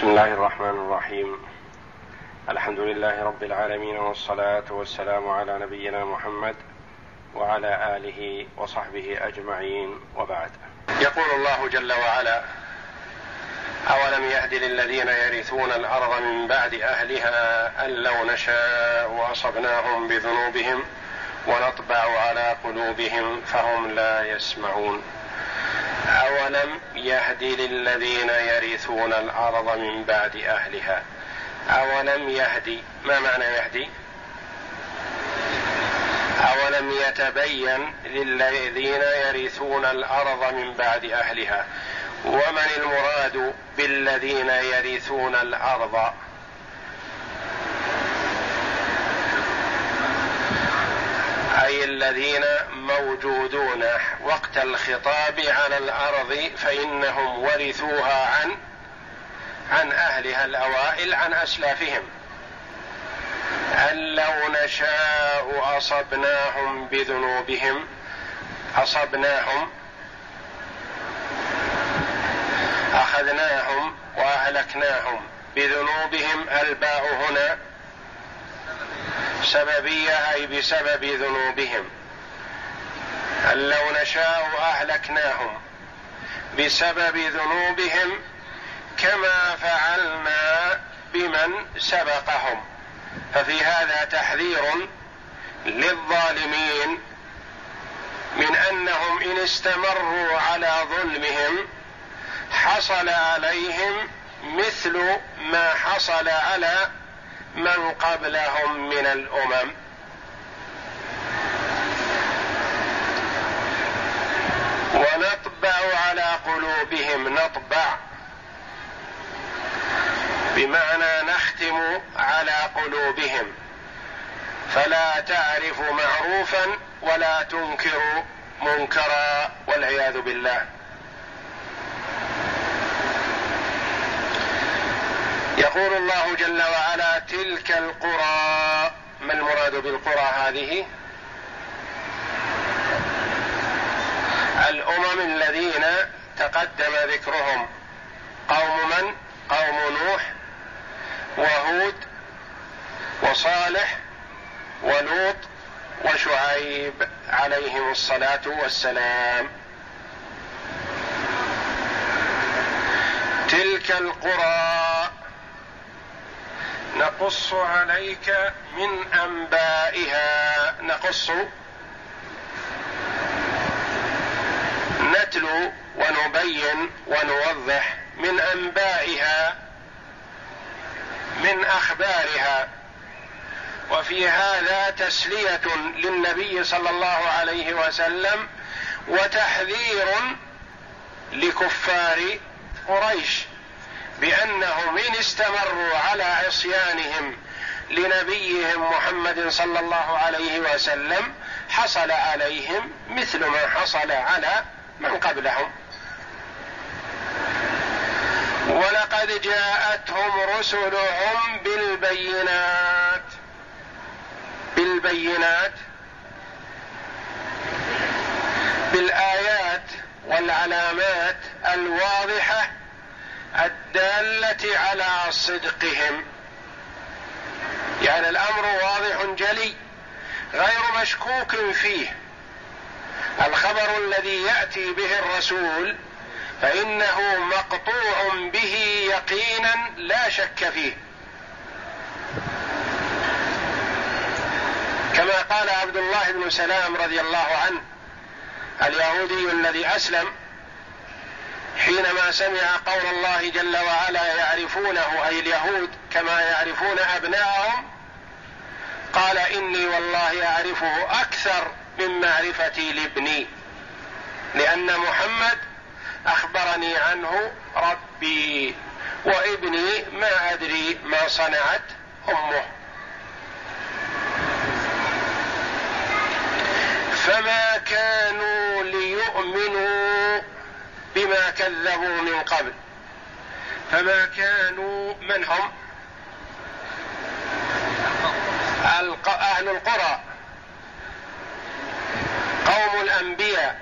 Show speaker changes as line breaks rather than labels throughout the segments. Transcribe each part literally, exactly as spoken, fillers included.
بسم الله الرحمن الرحيم. الحمد لله رب العالمين، والصلاة والسلام على نبينا محمد وعلى آله وصحبه أجمعين، وبعد. يقول الله جل وعلا: أولم يهد للذين يرثون الأرض من بعد أهلها أن لو نشاء أصبناهم بذنوبهم ونطبع على قلوبهم فهم لا يسمعون. أولم يهد للذين يرثون الأرض من بعد أهلها. أولم يهدي، ما معنى يهدي؟ أولم يتبين للذين يرثون الأرض من بعد أهلها. ومن المراد بالذين يرثون الأرض؟ أي الذين موجودون وقت الخطاب على الأرض، فإنهم ورثوها عن عن أهلها الأوائل، عن أسلافهم. أن لو نشاء أصبناهم بذنوبهم. أصبناهم أخذناهم وأهلكناهم بذنوبهم. الباء هنا سببية، أي بسبب ذنوبهم. أن لو نشاء أهلكناهم بسبب ذنوبهم كما فعلنا بمن سبقهم. ففي هذا تحذير للظالمين من أنهم إن استمروا على ظلمهم حصل عليهم مثل ما حصل على من قبلهم من الأمم. ونطبع على قلوبهم. نطبع بمعنى نختم على قلوبهم، فلا تعرف معروفا ولا تنكر منكرا، والعياذ بالله. يقول الله جل وعلا: تلك القرى. ما المراد بالقرى هذه؟ الأمم الذين تقدم ذكرهم. قوم من؟ قوم نوح وهود وصالح ولوط وشعيب عليهم الصلاة والسلام. تلك القرى نقص عليك من أنبائها. نقص نتلو ونبين ونوضح من أنبائها، من أخبارها. وفي هذا تسلية للنبي صلى الله عليه وسلم وتحذير لكفار قريش بأنهم إن استمروا على عصيانهم لنبيهم محمد صلى الله عليه وسلم حصل عليهم مثل ما حصل على من قبلهم. ولقد جاءتهم رسلهم بالبينات. بالبينات بالآيات والعلامات الواضحة الدالة على صدقهم. يعني الأمر واضح جلي غير مشكوك فيه. الخبر الذي يأتي به الرسول فإنه مقطوع به يقينا لا شك فيه. كما قال عبد الله بن سلام رضي الله عنه اليهودي الذي أسلم حينما سمع قول الله جل وعلا: يعرفونه، أي اليهود، كما يعرفون أبناءهم، قال: إني والله أعرفه أكثر من معرفتي لابني، لأن محمد أخبرني عنه ربي، وابني ما أدري ما صنعت أمه. فما كانوا ليؤمنوا بما كذبوا من قبل. فما كانوا، من هم؟ أهل القرى، قوم الأنبياء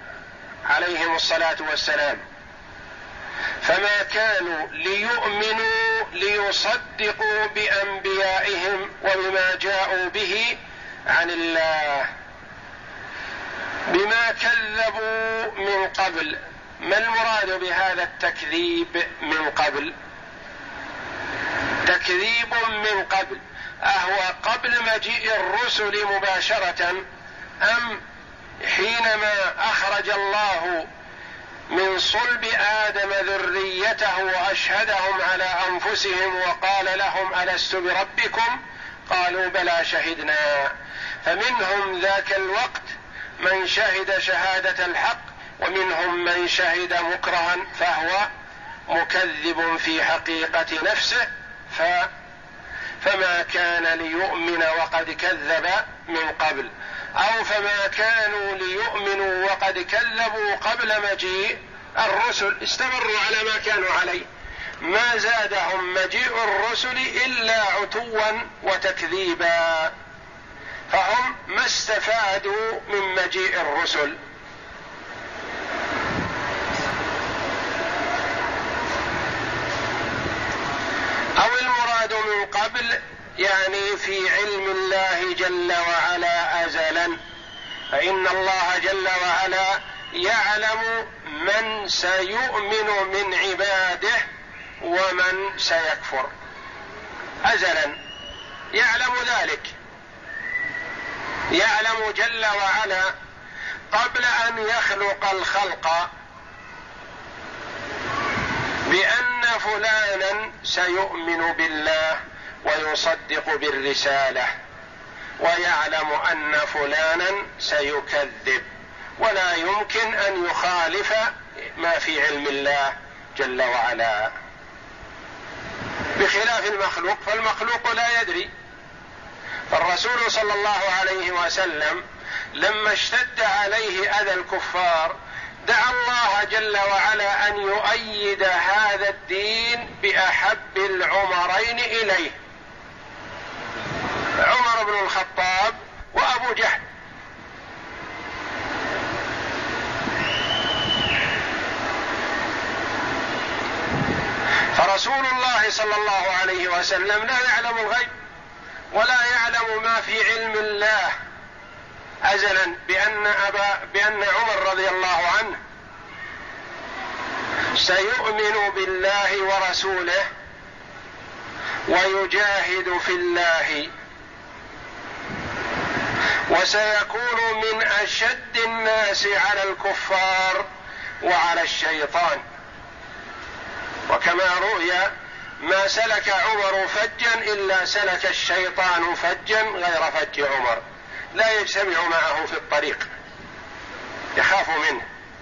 عليهم الصلاة والسلام. فما كانوا ليؤمنوا يصدقوا بأنبيائهم وبما جاءوا به عن الله، بما كذبوا من قبل. ما المراد بهذا التكذيب من قبل؟ تكذيب من قبل أهو قبل مجيء الرسل مباشرة، أم حينما أخرج الله من صلب آدم ذريته وأشهدهم على أنفسهم وقال لهم ألست بربكم؟ قالوا بلى شهدنا. فمنهم ذاك الوقت من شهد شهادة الحق، ومنهم من شهد مكرها فهو مكذب في حقيقة نفسه، ف فما كان ليؤمن وقد كذب من قبل، أو فما كانوا ليؤمنوا وقد كذبوا قبل مجيء الرسل، استمروا على ما كانوا عليه، ما زادهم مجيء الرسل إلا عتوا وتكذيبا، فهم ما استفادوا من مجيء الرسل. أو المراد من قبل يعني في علم الله جل وعلا أزلا، فإن الله جل وعلا يعلم من سيؤمن من عباده ومن سيكفر أزلا، يعلم ذلك، يعلم جل وعلا قبل أن يخلق الخلق بأن فلانا سيؤمن بالله ويصدق بالرسالة، ويعلم أن فلانا سيكذب، ولا يمكن أن يخالف ما في علم الله جل وعلا، بخلاف المخلوق، فالمخلوق لا يدري. فالرسول صلى الله عليه وسلم لما اشتد عليه أذى الكفار دعا الله جل وعلا أن يؤيد هذا الدين بأحب العمرين إليه، عمر بن الخطاب وأبو جهل. فرسول الله صلى الله عليه وسلم لا يعلم الغيب ولا يعلم ما في علم الله أزلا، بأن أبا بأن عمر رضي الله عنه سيؤمن بالله ورسوله ويجاهد في الله، وسيكون من أشد الناس على الكفار وعلى الشيطان. وكما روي ما سلك عمر فجا إلا سلك الشيطان فجا غير فج عمر، لا يجتمع معه في الطريق، يخاف منه.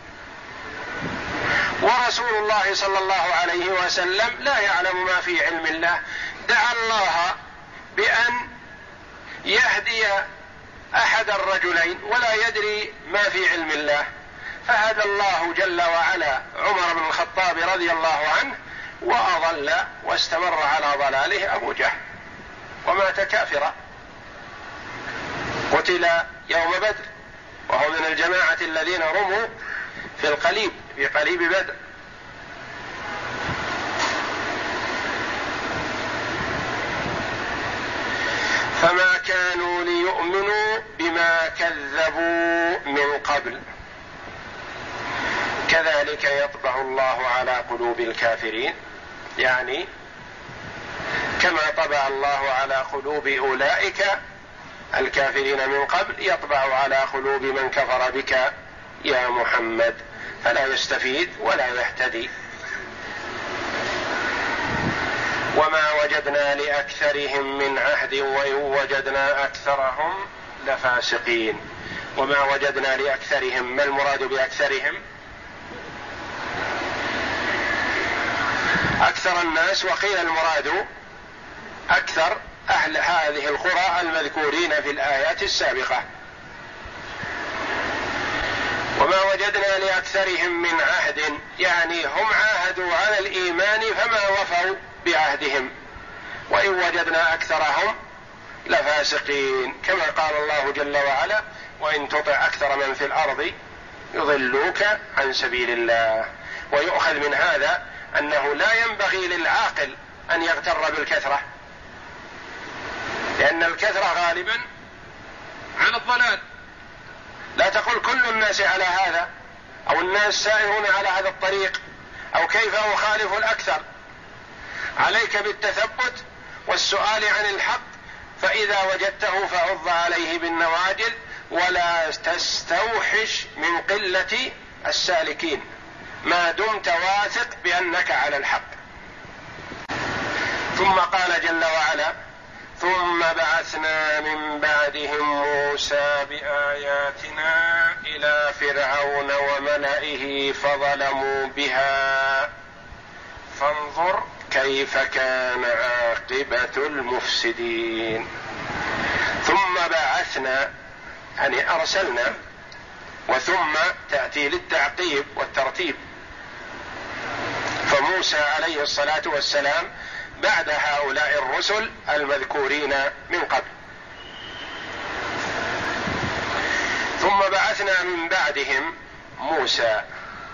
ورسول الله صلى الله عليه وسلم لا يعلم ما في علم الله، دعا الله بأن يهدي أحد الرجلين ولا يدري ما في علم الله، فهدى الله جل وعلا عمر بن الخطاب رضي الله عنه وأضل واستمر على ضلاله أبو جهل ومات كافرا، قتل يوم بدر وهو من الجماعة الذين رموا في القليب في قليب بدر. فما كانوا ليؤمنوا بما كذبوا من قبل، كذلك يطبع الله على قلوب الكافرين، يعني كما طبع الله على قلوب أولئك الكافرين من قبل يطبع على قلوب من كفر بك يا محمد، فلا يستفيد ولا يهتدي. وما وجدنا لأكثرهم من عهد وإن وجدنا أكثرهم لفاسقين. وما وجدنا لأكثرهم، ما المراد بأكثرهم؟ أكثر الناس، وقيل المراد أكثر أهل هذه القرى المذكورين في الآيات السابقة. وما وجدنا لأكثرهم من عهد، يعني هم عاهدوا على الإيمان فما وفوا بعهدهم، وإن وجدنا أكثرهم لفاسقين، كما قال الله جل وعلا وإن تطع أكثر من في الأرض يضلوك عن سبيل الله. ويؤخذ من هذا أنه لا ينبغي للعاقل أن يغتر بالكثرة، لأن الكثرة غالبا على الضلال. لا تقل كل الناس على هذا، أو الناس سائرون على هذا الطريق، أو كيف أخالف الأكثر. عليك بالتثبت والسؤال عن الحق، فإذا وجدته فعض عليه بالنواجذ، ولا تستوحش من قلة السالكين ما دمت واثق بأنك على الحق. ثم قال جل وعلا: ثم بعثنا من بعدهم موسى بآياتنا إلى فرعون وملئه فظلموا بها فانظر كيف كان عاقبة المفسدين. ثم بعثنا يعني أرسلنا، وثم تأتي للتعقيب والترتيب. فموسى عليه الصلاة والسلام بعد هؤلاء الرسل المذكورين من قبل. ثم بعثنا من بعدهم موسى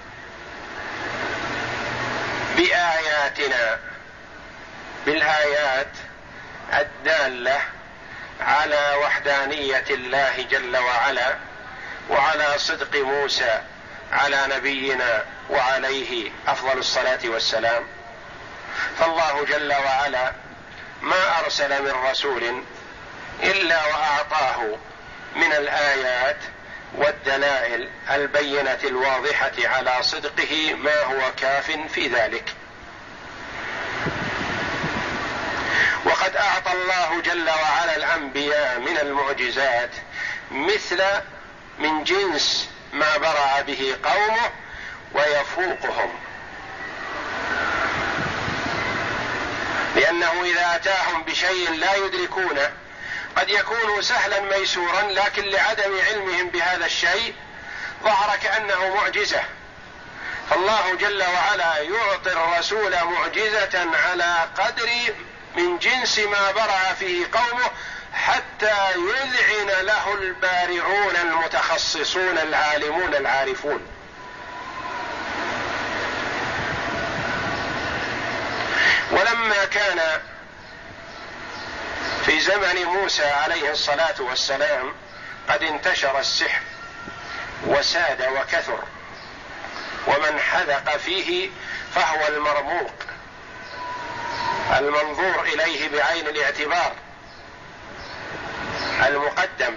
بآياتنا، بالآيات الدالة على وحدانية الله جل وعلا وعلى صدق موسى على نبينا وعليه أفضل الصلاة والسلام. فالله جل وعلا ما أرسل من رسول إلا وأعطاه من الآيات والدلائل البينة الواضحة على صدقه ما هو كاف في ذلك. وقد أعطى الله جل وعلا الأنبياء من المعجزات مثل من جنس ما برع به قومه ويفوقهم، لأنه إذا أتاهم بشيء لا يدركونه قد يكون سهلا ميسورا، لكن لعدم علمهم بهذا الشيء ظهر كأنه معجزة. فالله جل وعلا يعطي الرسول معجزة على قدر من جنس ما برع فيه قومه، حتى يذعن له البارعون المتخصصون العالمون العارفون. ولما كان في زمن موسى عليه الصلاة والسلام قد انتشر السحر وساد وكثر، ومن حذق فيه فهو المرموق المنظور إليه بعين الاعتبار المقدم،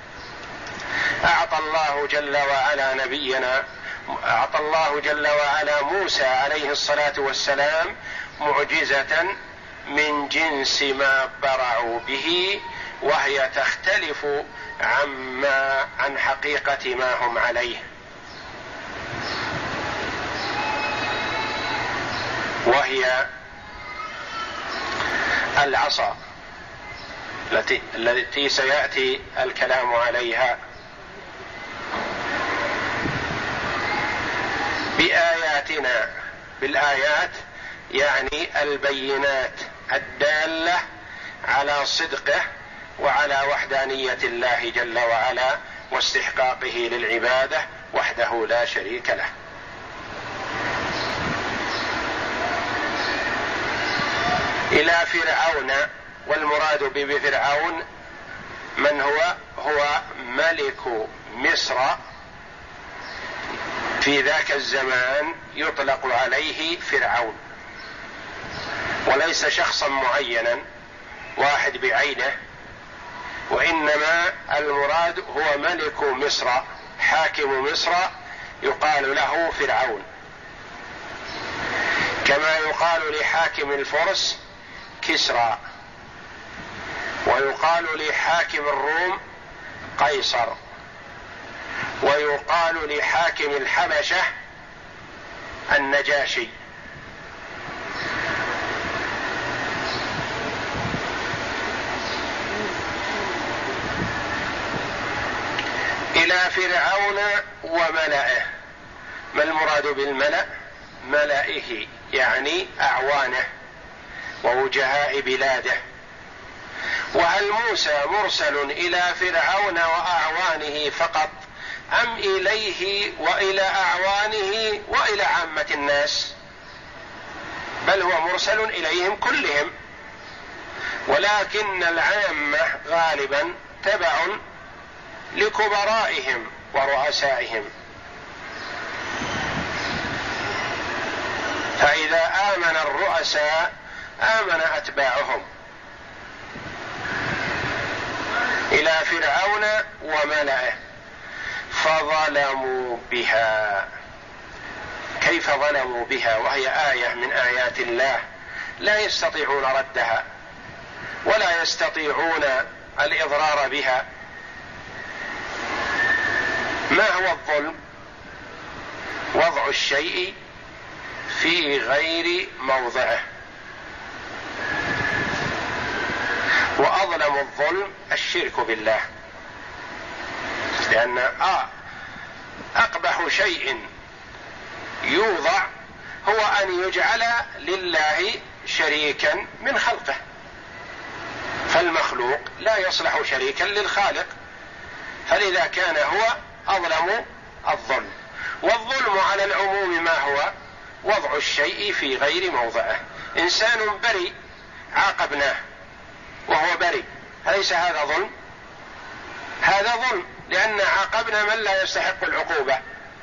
أعطى الله جل وعلا نبينا أعطى الله جل وعلا موسى عليه الصلاة والسلام معجزة من جنس ما برعوا به، وهي تختلف عما عن حقيقة ما هم عليه، وهي العصا التي التي سيأتي الكلام عليها. بآياتنا، بالآيات يعني البينات الدالة على صدقه وعلى وحدانية الله جل وعلا واستحقاقه للعبادة وحده لا شريك له. إلى فرعون، والمراد بفرعون من هو هو ملك مصر في ذاك الزمان، يطلق عليه فرعون، وليس شخصا معينا واحد بعينه، وإنما المراد هو ملك مصر، حاكم مصر يقال له فرعون، كما يقال لحاكم الفرس كسرى، ويقال لحاكم الروم قيصر، ويقال لحاكم الحبشة النجاشي. إلى فرعون وملئه، ما المراد بالملأ؟ ملئه يعني أعوانه ووجهاء بلاده. وهل موسى مرسل إلى فرعون وأعوانه فقط، أم إليه وإلى أعوانه وإلى عامة الناس؟ بل هو مرسل إليهم كلهم، ولكن العامة غالبا تبع لكبرائهم ورؤسائهم، فإذا آمن الرؤساء آمن أتباعهم. إلى فرعون وملئه فظلموا بها. كيف ظلموا بها وهي آية من آيات الله لا يستطيعون ردها ولا يستطيعون الإضرار بها؟ ما هو الظلم؟ وضع الشيء في غير موضعه، وأظلم الظلم الشرك بالله، لأن آه أقبح شيء يوضع هو أن يجعل لله شريكا من خلقه، فالمخلوق لا يصلح شريكا للخالق، فلذا كان هو أظلم الظلم. والظلم على العموم ما هو؟ وضع الشيء في غير موضعه. إنسان بريء عاقبناه وهو بريء، أليس هذا ظلم؟ هذا ظلم، لأن عاقبنا من لا يستحق العقوبة.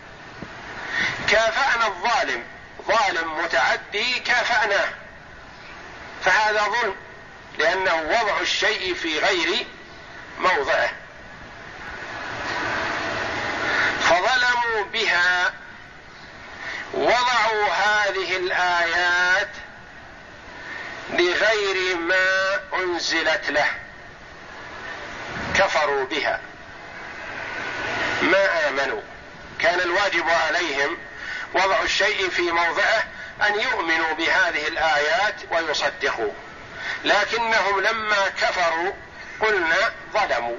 كافأنا الظالم، ظالم متعدي كافأناه، فهذا ظلم لأنه وضع الشيء في غير موضعه. فظلموا بها، وضعوا هذه الآيات لغير ما أنزلت له، كفروا بها ما آمنوا. كان الواجب عليهم وضع الشيء في موضعه، أن يؤمنوا بهذه الآيات ويصدقوا، لكنهم لما كفروا قلنا ظلموا.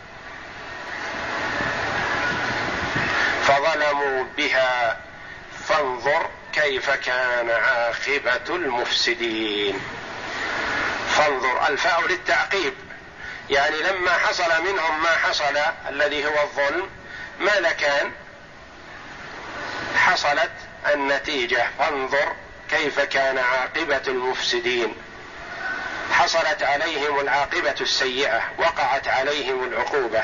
فظلموا بها فانظر كيف كان عاقبة المفسدين. فانظر، الفاء للتعقيب، يعني لما حصل منهم ما حصل الذي هو الظلم، ماذا كان؟ حصلت النتيجة. فانظر كيف كان عاقبة المفسدين، حصلت عليهم العاقبة السيئة، وقعت عليهم العقوبة.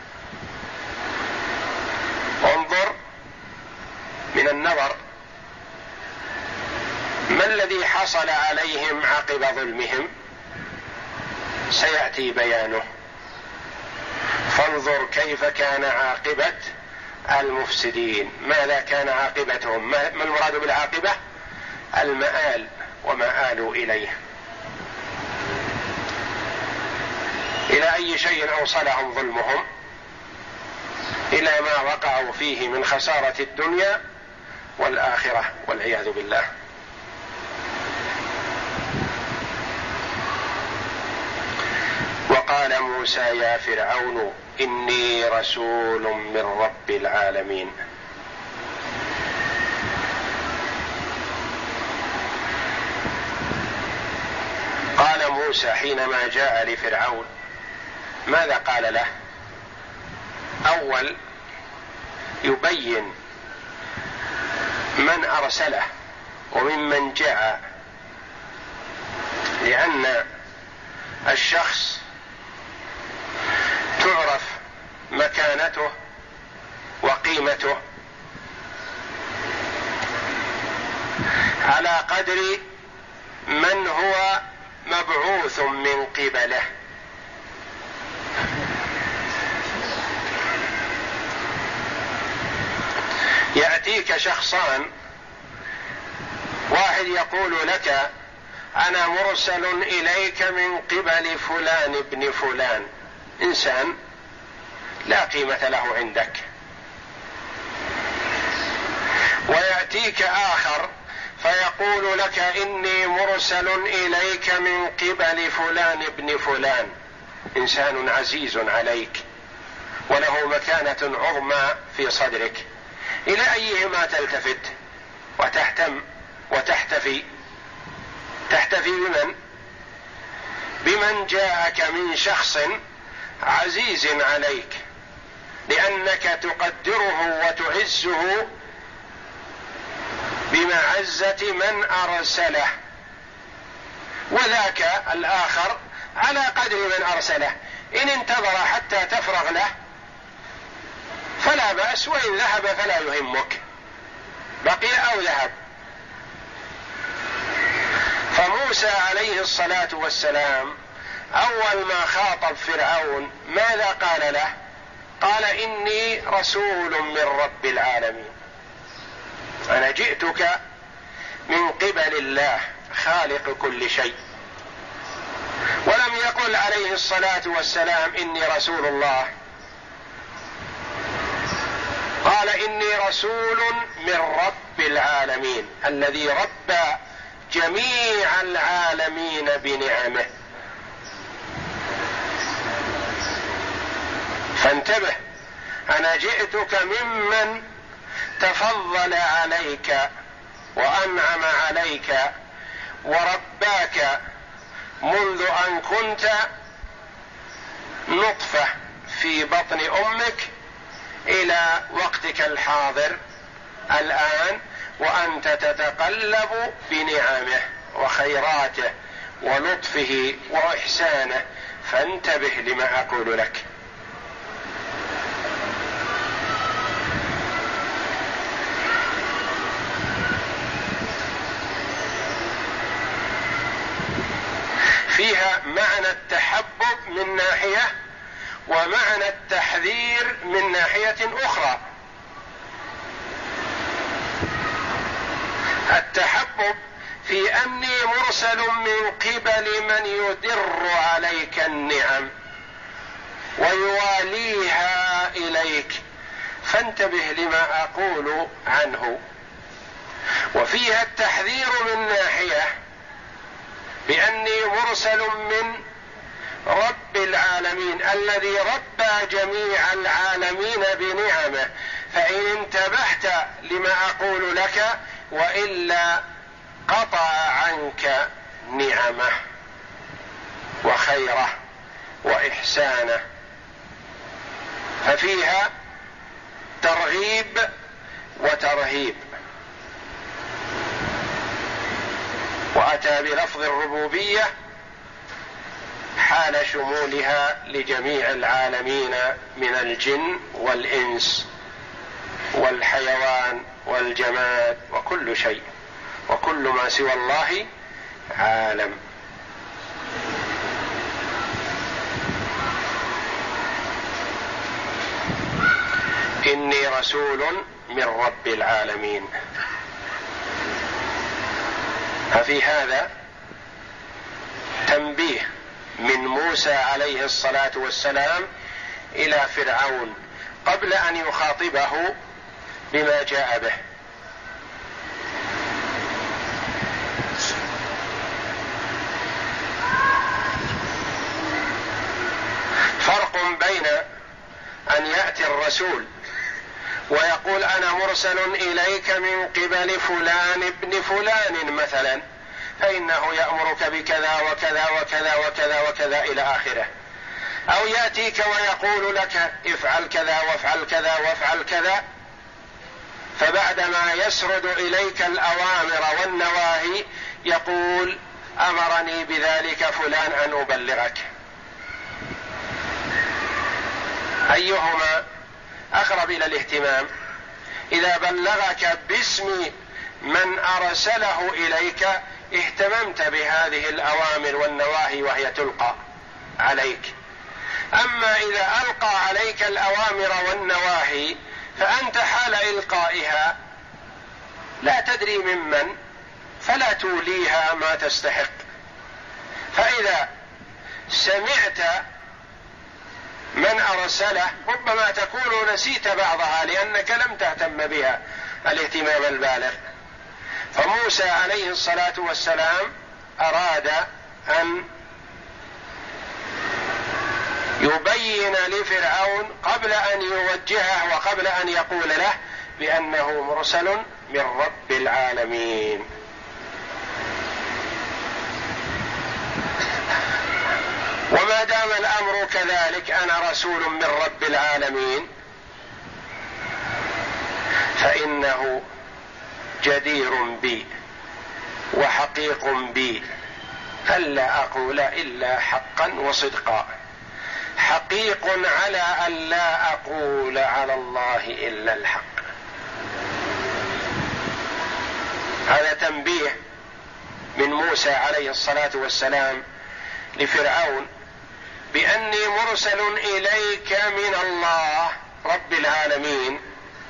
انظر من النظر، ما الذي حصل عليهم عقب ظلمهم؟ سيأتي بيانه. فانظر كيف كان عاقبة المفسدين. ماذا كان عاقبتهم؟ ما المراد بالعاقبة؟ المآل وما آلوا إليه. إلى أي شيء أوصلهم ظلمهم؟ إلى ما وقعوا فيه من خسارة الدنيا والآخرة والعياذ بالله. وقال موسى يا فرعون إني رسول من رب العالمين. قال موسى حينما جاء لفرعون ماذا قال له؟ أول يبين من أرسله وممن جاء، لأن الشخص تعرف مكانته وقيمته على قدر من هو مبعوث من قبله. يأتيك شخصان، واحد يقول لك أنا مرسل إليك من قبل فلان ابن فلان، إنسان لا قيمة له عندك. ويأتيك آخر فيقول لك إني مرسل إليك من قبل فلان ابن فلان، إنسان عزيز عليك وله مكانة عظمى في صدرك. إلى أيهما تلتفت وتهتم وتحتفي؟ تحتفي بمن؟ بمن جاءك من شخص عزيز عليك، لأنك تقدره وتعزه بمعزة من أرسله وذاك الآخر على قدر من أرسله، إن انتظر حتى تفرغ له فلا بأس، وإن ذهب فلا يهمك، بقي أو ذهب. فموسى عليه الصلاة والسلام أول ما خاطب فرعون ماذا قال له؟ قال إني رسول من رب العالمين، أنا جئتك من قبل الله خالق كل شيء. ولم يقل عليه الصلاة والسلام إني رسول الله، قال إني رسول من رب العالمين الذي رب جميع العالمين بنعمه. فانتبه، أنا جئتك ممن تفضل عليك وأنعم عليك ورباك منذ أن كنت نطفة في بطن أمك إلى وقتك الحاضر الآن، وأنت تتقلب بنعمه وخيراته ولطفه وإحسانه، فانتبه لما أقول لك. فيها معنى التحبب من ناحية، ومعنى التحذير من ناحية أخرى. التحبب في أني مرسل من قبل من يدر عليك النعم ويواليها إليك، فانتبه لما أقول عنه. وفيها التحذير من ناحية بأني مرسل من رب العالمين الذي ربى جميع العالمين بنعمه، فإن انتبهت لما أقول لك وإلا قطع عنك نعمه وخيره وإحسانه. ففيها ترغيب وترهيب. وأتى بلفظ الربوبية حال شمولها لجميع العالمين من الجن والإنس والحيوان والجماد وكل شيء، وكل ما سوى الله عالم. إني رسول من رب العالمين. ففي هذا تنبيه من موسى عليه الصلاة والسلام إلى فرعون قبل أن يخاطبه بما جاء به. فرق بين أن يأتي الرسول ويقول أنا مرسل إليك من قبل فلان ابن فلان مثلا، فإنه يأمرك بكذا وكذا وكذا وكذا وكذا إلى آخره، أو يأتيك ويقول لك افعل كذا وافعل كذا وافعل كذا، فبعدما يسرد إليك الأوامر والنواهي يقول أمرني بذلك فلان أن أبلغك. أيهما أقرب إلى الاهتمام؟ إذا بلغك باسم من أرسله إليك اهتممت بهذه الأوامر والنواهي وهي تلقى عليك. أما إذا ألقى عليك الأوامر والنواهي فأنت حال إلقائها لا تدري ممن، فلا توليها ما تستحق. فإذا سمعت من أرسله ربما تكون نسيت بعضها لأنك لم تهتم بها الاهتمام البالغ. فموسى عليه الصلاة والسلام أراد أن يبين لفرعون قبل أن يوجهه وقبل أن يقول له بأنه مرسل من رب العالمين. وما دام الأمر كذلك أنا رسول من رب العالمين فإنه جدير بي وحقيق بي ألا أقول إلا حقا وصدقا، حقيق على أن لا أقول على الله إلا الحق. هذا تنبيه من موسى عليه الصلاة والسلام لفرعون بأني مرسل إليك من الله رب العالمين،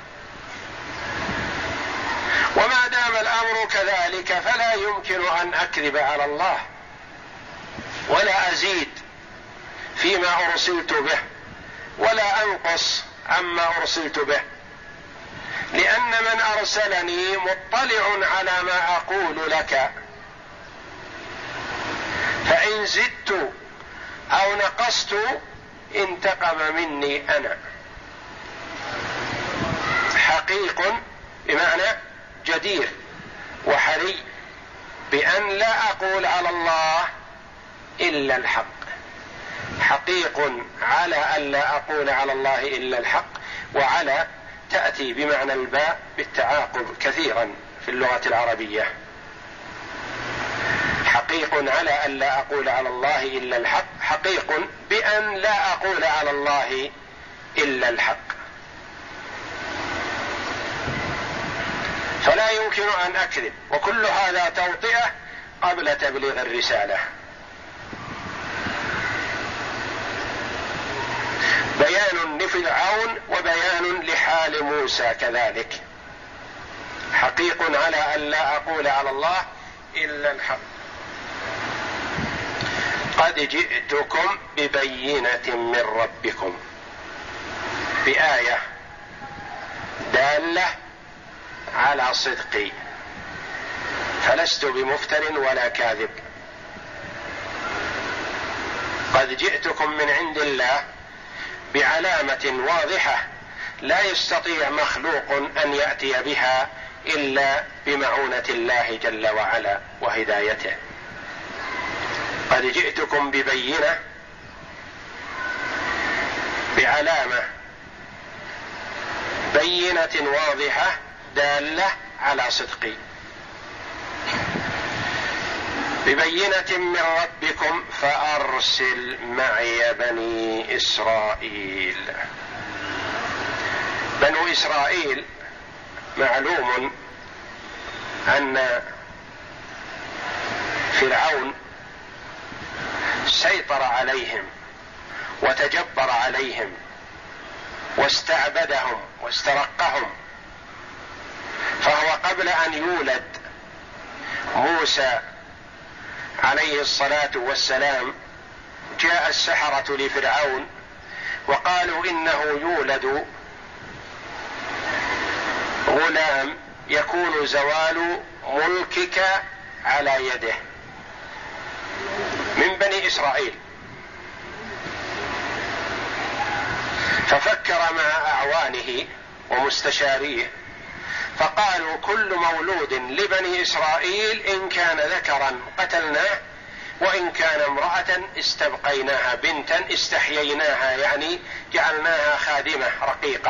وما دام الأمر كذلك فلا يمكن أن أكذب على الله ولا أزيد فيما أرسلت به ولا أنقص عما أرسلت به، لأن من أرسلني مطلع على ما أقول لك، فإن زدت أو نقصت انتقم مني أنا. حقيق بمعنى جدير وحري بأن لا أقول على الله إلا الحق، حقيق على أن لا أقول على الله إلا الحق. وعلى تأتي بمعنى الباء بالتعاقب كثيرا في اللغة العربية. حقيق على أن لا أقول على الله إلا الحق، حقيق بأن لا أقول على الله إلا الحق، فلا يمكن أن أكذب. وكل هذا توطئة قبل تبليغ الرسالة، بيان لفرعون وبيان لحال موسى كذلك. حقيق على أن لا أقول على الله إلا الحق، قد جئتكم ببينة من ربكم، بآية دالة على صدقي، فلست بمفتر ولا كاذب. قد جئتكم من عند الله بعلامة واضحة لا يستطيع مخلوق أن يأتي بها إلا بمعونة الله جل وعلا وهدايته. قد جئتكم ببينة، بعلامة بينة واضحة دالة على صدقي، ببينة من ربكم فأرسل معي بني إسرائيل. بنو إسرائيل معلوم أن فرعون سيطر عليهم وتجبر عليهم واستعبدهم واسترقهم، فهو قبل أن يولد موسى عليه الصلاة والسلام جاء السحرة لفرعون وقالوا إنه يولد غلام يكون زوال ملكك على يده من بني إسرائيل. ففكر مع أعوانه ومستشاريه فقالوا كل مولود لبني إسرائيل إن كان ذكرا قتلناه، وإن كان امرأة استبقيناها بنتا استحييناها، يعني جعلناها خادمة رقيقة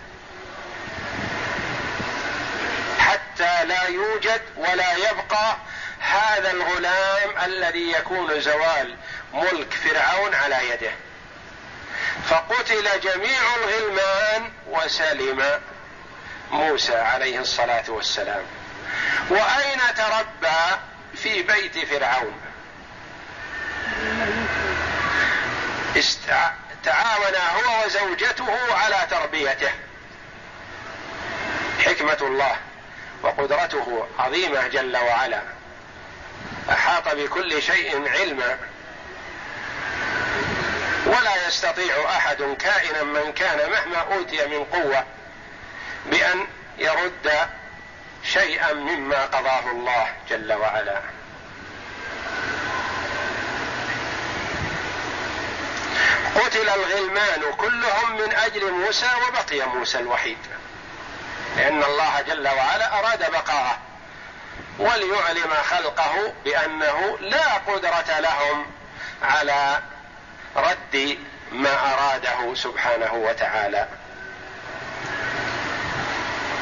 حتى لا يوجد ولا يبقى هذا الغلام الذي يكون زوال ملك فرعون على يده. فقتل جميع الغلمان وسلم موسى عليه الصلاة والسلام. وأين تربى؟ في بيت فرعون. تعاون هو وزوجته على تربيته. حكمة الله وقدرته عظيمة جل وعلا، أحاط بكل شيء علما، ولا يستطيع أحد كائنا من كان مهما أوتي من قوة بأن يرد شيئا مما قضاه الله جل وعلا. قتل الغلمان كلهم من أجل موسى وبقي موسى الوحيد، لأن الله جل وعلا أراد بقاءه وليعلم خلقه بأنه لا قدرة لهم على رد ما أراده سبحانه وتعالى.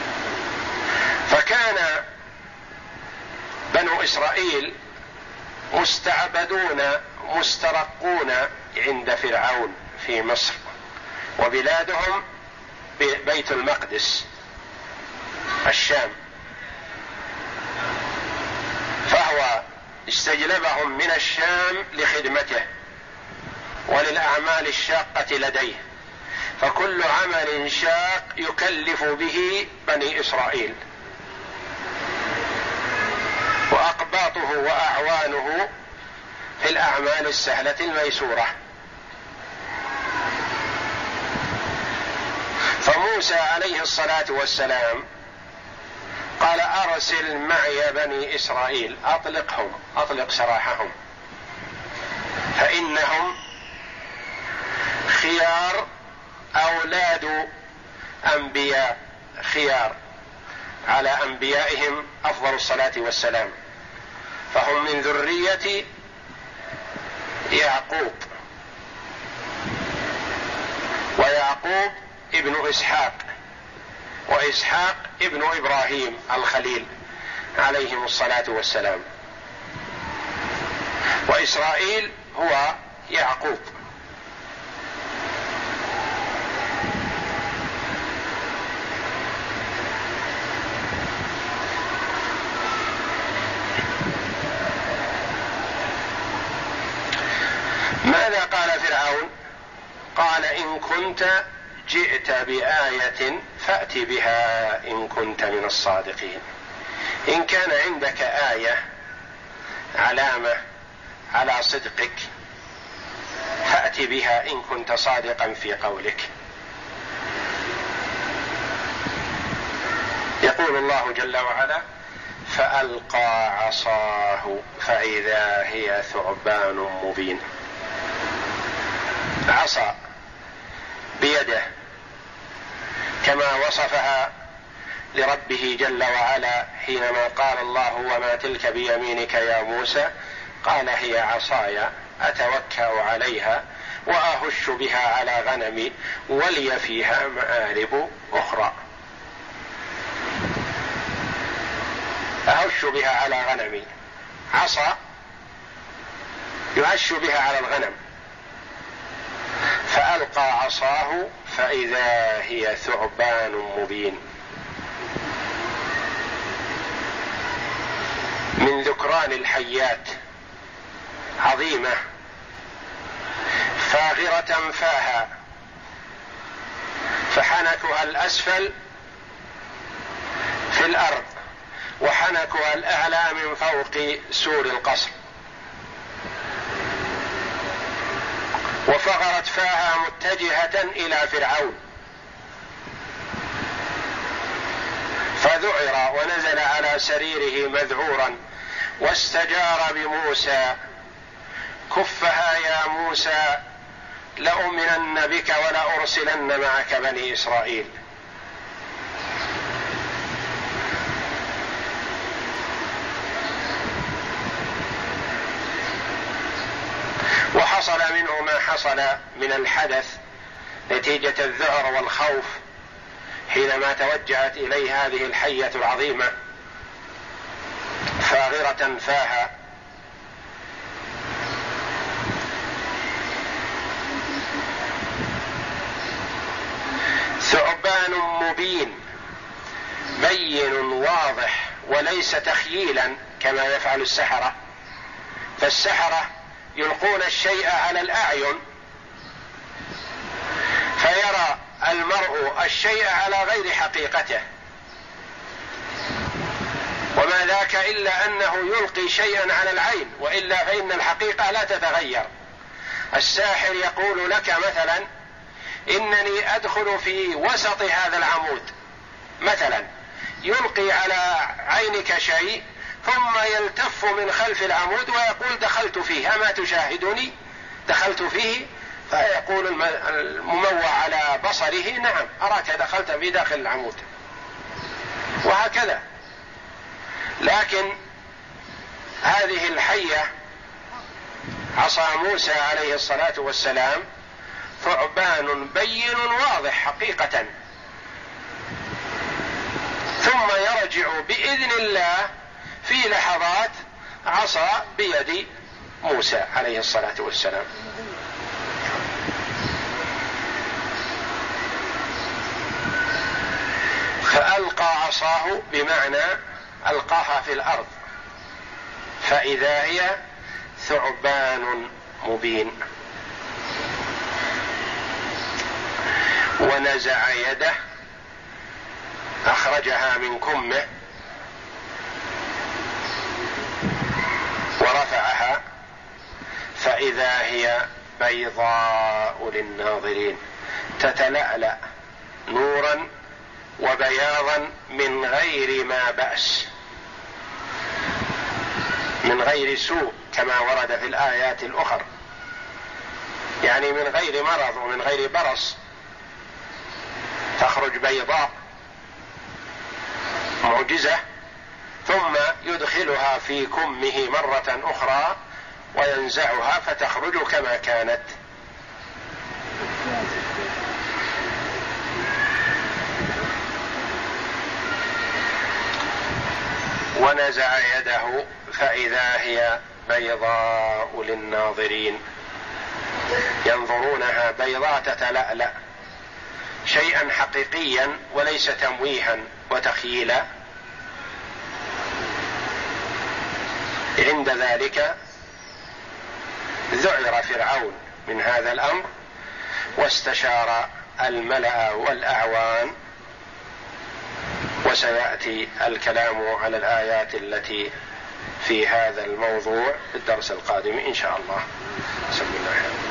فكان بنو إسرائيل مستعبدون مسترقون عند فرعون في مصر، وبلادهم بيت المقدس الشام، فهو استجلبهم من الشام لخدمته وللأعمال الشاقة لديه، فكل عمل شاق يكلف به بني إسرائيل، وأقباطه وأعوانه في الأعمال السهلة الميسورة. فموسى عليه الصلاة والسلام قال: أرسل معي بني إسرائيل، أطلقهم، أطلق سراحهم، فإنهم خيار أولاد أنبياء، خيار على أنبيائهم أفضل الصلاة والسلام، فهم من ذرية يعقوب، ويعقوب ابن إسحاق، وإسحاق ابن إبراهيم الخليل عليهم الصلاة والسلام، وإسرائيل هو يعقوب. ماذا قال فرعون؟ قال: إن كنت جئت بآية فأت بها إن كنت من الصادقين. إن كان عندك آية، علامة على صدقك، فأت بها إن كنت صادقا في قولك. يقول الله جل وعلا: فألقى عصاه فإذا هي ثعبان مبين. عصا بيده كما وصفها لربه جل وعلا حينما قال الله: وما تلك بيمينك يا موسى؟ قال: هي عصاي أتوكأ عليها وأهش بها على غنمي ولي فيها مآرب أخرى. أهش بها على غنمي، عصا يهش بها على الغنم. فألقى عصاه فإذا هي ثعبان مبين. من ذكران الحيات عظيمة فاغرة فاها، فحنكها الأسفل في الأرض وحنكها الأعلى من فوق سور القصر، وفغرت فاها متجهة إلى فرعون، فذعر ونزل على سريره مذعورا واستجار بموسى: كفها يا موسى لأؤمنن بك ولأرسلن معك بني إسرائيل. وحصل منه ما حصل من الحدث نتيجة الذعر والخوف حينما توجهت إليه هذه الحية العظيمة فاغرة فاها. ثعبان مبين، بين واضح وليس تخييلا كما يفعل السحرة، فالسحرة يلقون الشيء على الأعين فيرى المرء الشيء على غير حقيقته، وما ذاك إلا أنه يلقي شيئا على العين، وإلا فإن الحقيقة لا تتغير. الساحر يقول لك مثلا: إنني أدخل في وسط هذا العمود مثلا، يلقي على عينك شيء ثم يلتف من خلف العمود ويقول: دخلت فيه، أما تشاهدني؟ دخلت فيه. فيقول المموع على بصره: نعم أراك دخلت في داخل العمود، وهكذا. لكن هذه الحية عصا موسى عليه الصلاة والسلام ثعبان بين واضح حقيقة، ثم يرجع بإذن الله في لحظات عصا بيد موسى عليه الصلاة والسلام. فألقى عصاه بمعنى ألقاها في الأرض، فإذا هي ثعبان مبين. ونزع يده أخرجها من كمه ورفعها، فإذا هي بيضاء للناظرين، تتلألأ نورا وبياضا من غير ما بأس، من غير سوء كما ورد في الآيات الأخرى، يعني من غير مرض ومن غير برص، تخرج بيضاء معجزة، ثم يدخلها في كمه مرة أخرى وينزعها فتخرج كما كانت. ونزع يده فإذا هي بيضاء للناظرين، ينظرونها بيضاء تتلألأ، شيئا حقيقيا وليس تمويها وتخييلا. عند ذلك ذعر فرعون من هذا الأمر، واستشار الملأ والأعوان، وسيأتي الكلام على الآيات التي في هذا الموضوع في الدرس القادم إن شاء الله. بسم الله الرحمن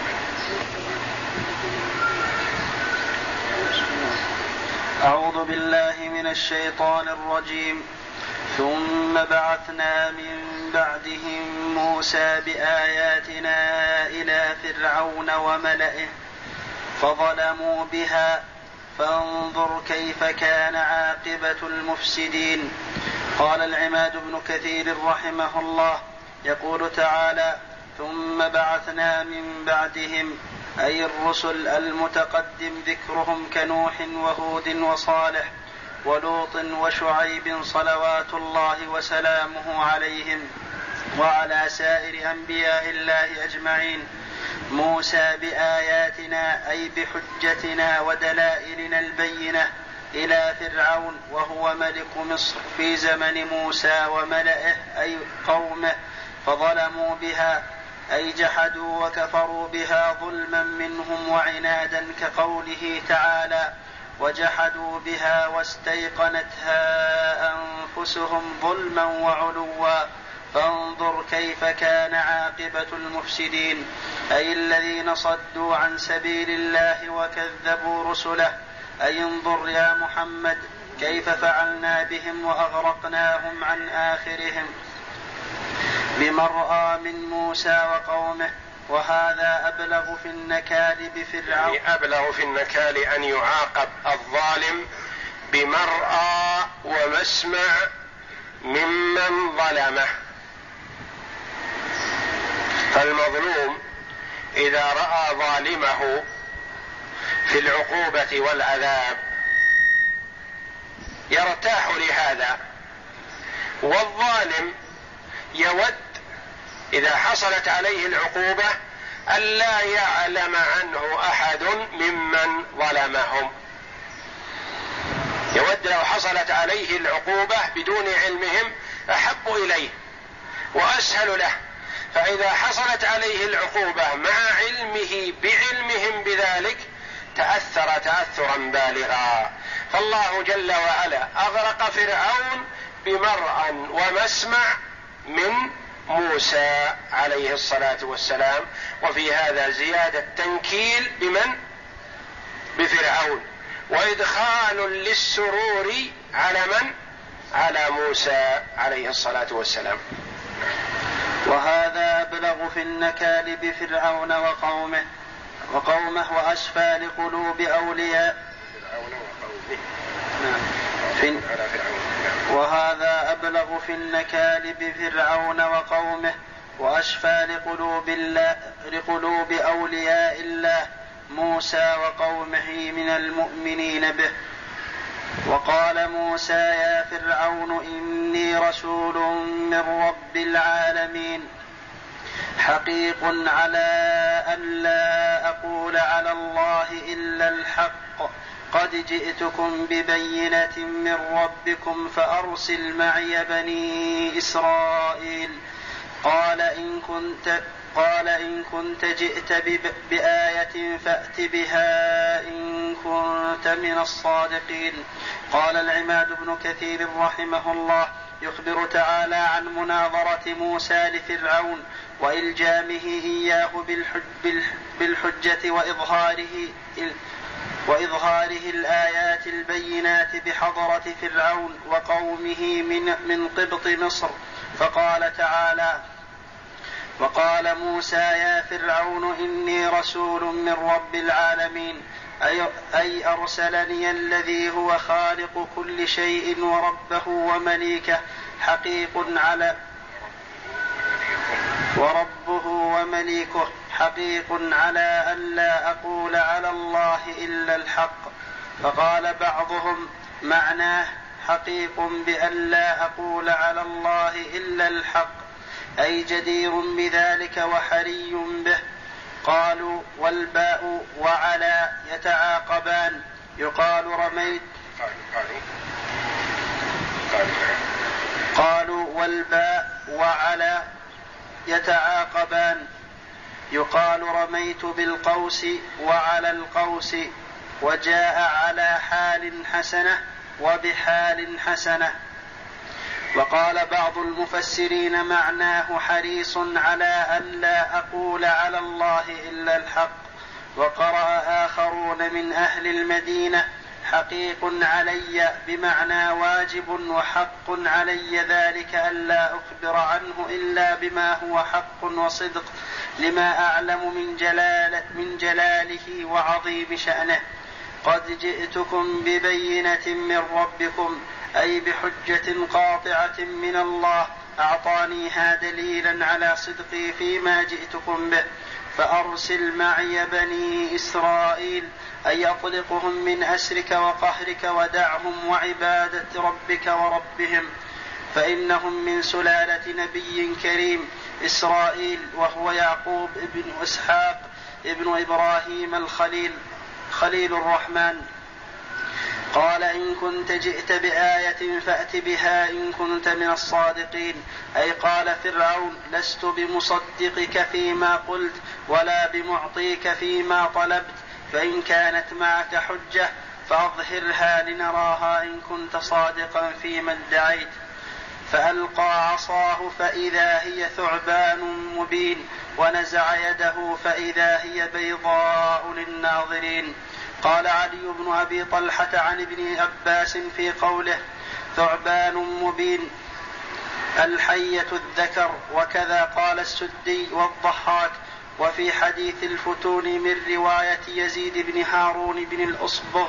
الرحيم. أعوذ بالله من الشيطان الرجيم. ثم بعثنا من بعدهم موسى بآياتنا إلى فرعون وملئه فظلموا بها فانظر كيف كان عاقبة المفسدين. قال العماد بن كثير رحمه الله يقول تعالى: ثم بعثنا من بعدهم، أي الرسل المتقدم ذكرهم كنوح وهود وصالح ولوط وشعيب صلوات الله وسلامه عليهم وعلى سائر أنبياء الله أجمعين، موسى بآياتنا أي بحجتنا ودلائلنا البينة إلى فرعون وهو ملك مصر في زمن موسى وملئه أي قومه، فظلموا بها أي جحدوا وكفروا بها ظلما منهم وعنادا، كقوله تعالى: وجحدوا بها واستيقنتها أنفسهم ظلما وعلوا فانظر كيف كان عاقبة المفسدين، أي الذين صدوا عن سبيل الله وكذبوا رسله. أي انظر يا محمد كيف فعلنا بهم وأغرقناهم عن آخرهم بمرأى من موسى وقومه. وهذا أبلغ في النكال بفرعون،
يعني أبلغ في النكال أن يعاقب الظالم بمرأى ومسمع ممن ظلمه. فالمظلوم إذا رأى ظالمه في العقوبة والعذاب يرتاح لهذا، والظالم يود إذا حصلت عليه العقوبة ألا يعلم عنه أحد ممن ظلمهم، يود لو حصلت عليه العقوبة بدون علمهم أحب إليه وأسهل له، فإذا حصلت عليه العقوبة مع علمه بعلمهم بذلك تأثر تأثرا بالغا. فالله جل وعلا أغرق فرعون بمرأى ومسمع من موسى عليه الصلاة والسلام، وفي هذا زيادة تنكيل بمن؟ بفرعون، وإدخال للسرور على من؟ على موسى عليه الصلاة والسلام.
وهذا أبلغ في النكال بفرعون وقومه وقومه وأشفى لقلوب أولياء في وهذا أبلغ في النكال بفرعون وقومه وأشفى لقلوب, الله لقلوب أولياء الله موسى وقومه من المؤمنين به. وقال موسى: يا فرعون إني رسول من رب العالمين. حقيق على أن لا أقول على الله إلا الحق قد جئتكم ببينة من ربكم فأرسل معي بني إسرائيل. قال إن كنت قال إن كنت جئت بآية فأت بها إن كنت من الصادقين. قال العماد بن كثير رحمه الله يخبر تعالى عن مناظرة موسى لفرعون وإلجامه إياه بالحجة وإظهاره وإظهاره الآيات البينات بحضرة فرعون وقومه من, من قبط مصر. فقال تعالى: وقال موسى يا فرعون إني رسول من رب العالمين أي, أي أرسلني الذي هو خالق كل شيء وربه ومليكه حقيق على وربه ومليكه حقيق على أن لا أقول على الله إلا الحق. فقال بعضهم معناه حقيق بأن لا أقول على الله إلا الحق أي جدير بذلك وحري به. قالوا والباء وعلى يتعاقبان يقال رميت قالوا والباء وعلى يتعاقبان يقال رميت بالقوس وعلى القوس. وجاء على حال حسنة وبحال حسنة. وقال بعض المفسرين معناه حريص على أن لا أقول على الله إلا الحق. وقرأ آخرون من أهل المدينة حقيق علي بمعنى واجب وحق علي ذلك ألا أخبر عنه إلا بما هو حق وصدق لما أعلم من, جلالة من جلاله وعظيم شأنه. قد جئتكم ببينة من ربكم أي بحجة قاطعة من الله أعطانيها دليلا على صدقي فيما جئتكم به. فأرسل معي بني إسرائيل أي أطلقهم من أسرك وقهرك ودعهم وعبادة ربك وربهم فإنهم من سلالة نبي كريم إسرائيل وهو يعقوب ابن إسحاق ابن إبراهيم الخليل خليل الرحمن. قال إن كنت جئت بآية فأت بها إن كنت من الصادقين أي قال فرعون لست بمصدقك فيما قلت ولا بمعطيك فيما طلبت فإن كانت معك حجة فأظهرها لنراها إن كنت صادقا فيما ادعيت. فألقى عصاه فإذا هي ثعبان مبين ونزع يده فإذا هي بيضاء للناظرين. قال علي بن أبي طلحة عن ابن عباس في قوله ثعبان مبين الحية الذكر. وكذا قال السدي والضحاك. وفي حديث الفتون من رواية يزيد بن هارون بن الأصبغ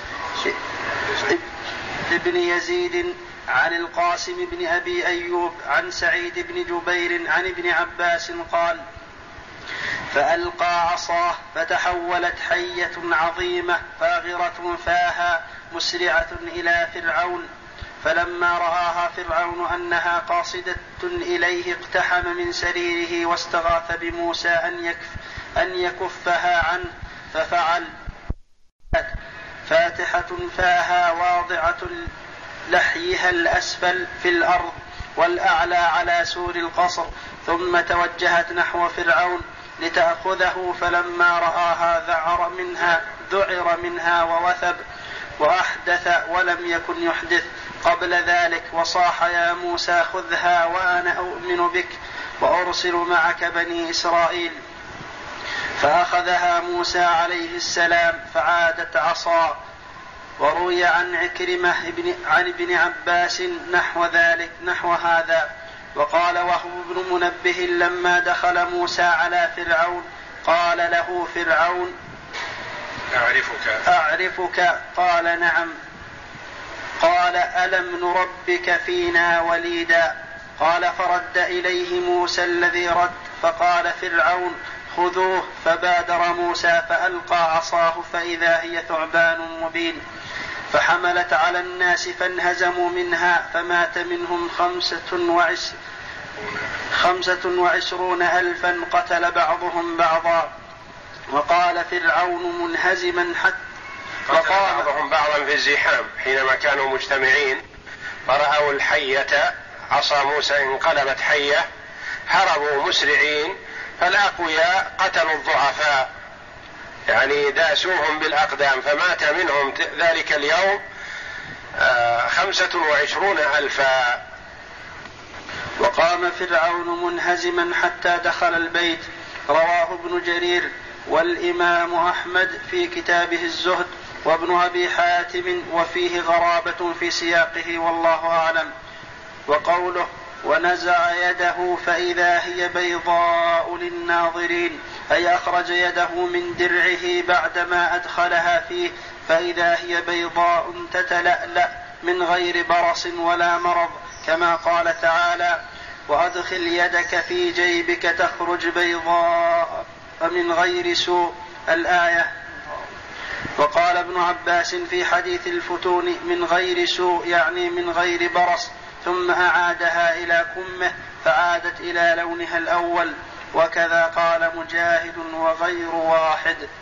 ابن يزيد عن القاسم بن أبي أيوب عن سعيد بن جبير عن ابن عباس قال فألقى عصاه فتحولت حية عظيمة فاغرة فاها مسرعة إلى فرعون فلما رآها فرعون أنها قاصدة إليه اقتحم من سريره واستغاث بموسى أن, يكف أن يكفها عنه ففعل فاتحة فاها واضعة لحيها الأسفل في الأرض والأعلى على سور القصر ثم توجهت نحو فرعون لتأخذه فلما رآها ذعر منها ذعر منها ووثب وأحدث ولم يكن يحدث قبل ذلك وصاح يا موسى خذها وأنا أؤمن بك وأرسل معك بني إسرائيل. فأخذها موسى عليه السلام فعادت عصا. وروي عن عكرمة عن ابن عباس نحو ذلك نحو هذا. وقال وهو ابن منبه لما دخل موسى على فرعون قال له فرعون
أعرفك
أعرفك قال نعم. قال ألم نربك فينا وليدا قال فرد إليه موسى الذي رد فقال فرعون خذوه فبادر موسى فألقى عصاه فإذا هي ثعبان مبين فحملت على الناس فانهزموا منها فمات منهم خمسة خمسة وعشرون ألفا قتل بعضهم بعضا. وقال فرعون منهزما حتى
قتل بعضهم بعضا في الزحام حينما كانوا مجتمعين فرأوا الحية عصا موسى انقلبت حية هربوا مسرعين فالأقوياء قتلوا الضعفاء يعني داسوهم بالأقدام فمات منهم ذلك اليوم خمسة وعشرون ألفا.
وقام فرعون منهزما حتى دخل البيت. رواه ابن جرير والإمام أحمد في كتابه الزهد وابن أبي حاتم وفيه غرابة في سياقه والله أعلم. وقوله ونزع يده فإذا هي بيضاء للناظرين أي أخرج يده من درعه بعدما أدخلها فيه فإذا هي بيضاء تتلألأ من غير برص ولا مرض كما قال تعالى وأدخل يدك في جيبك تخرج بيضاء من غير سوء الآية. وقال ابن عباس في حديث الفتون من غير سوء يعني من غير برص ثم أعادها إلى كمه فعادت إلى لونها الأول. وكذا قال مجاهد وغير واحد.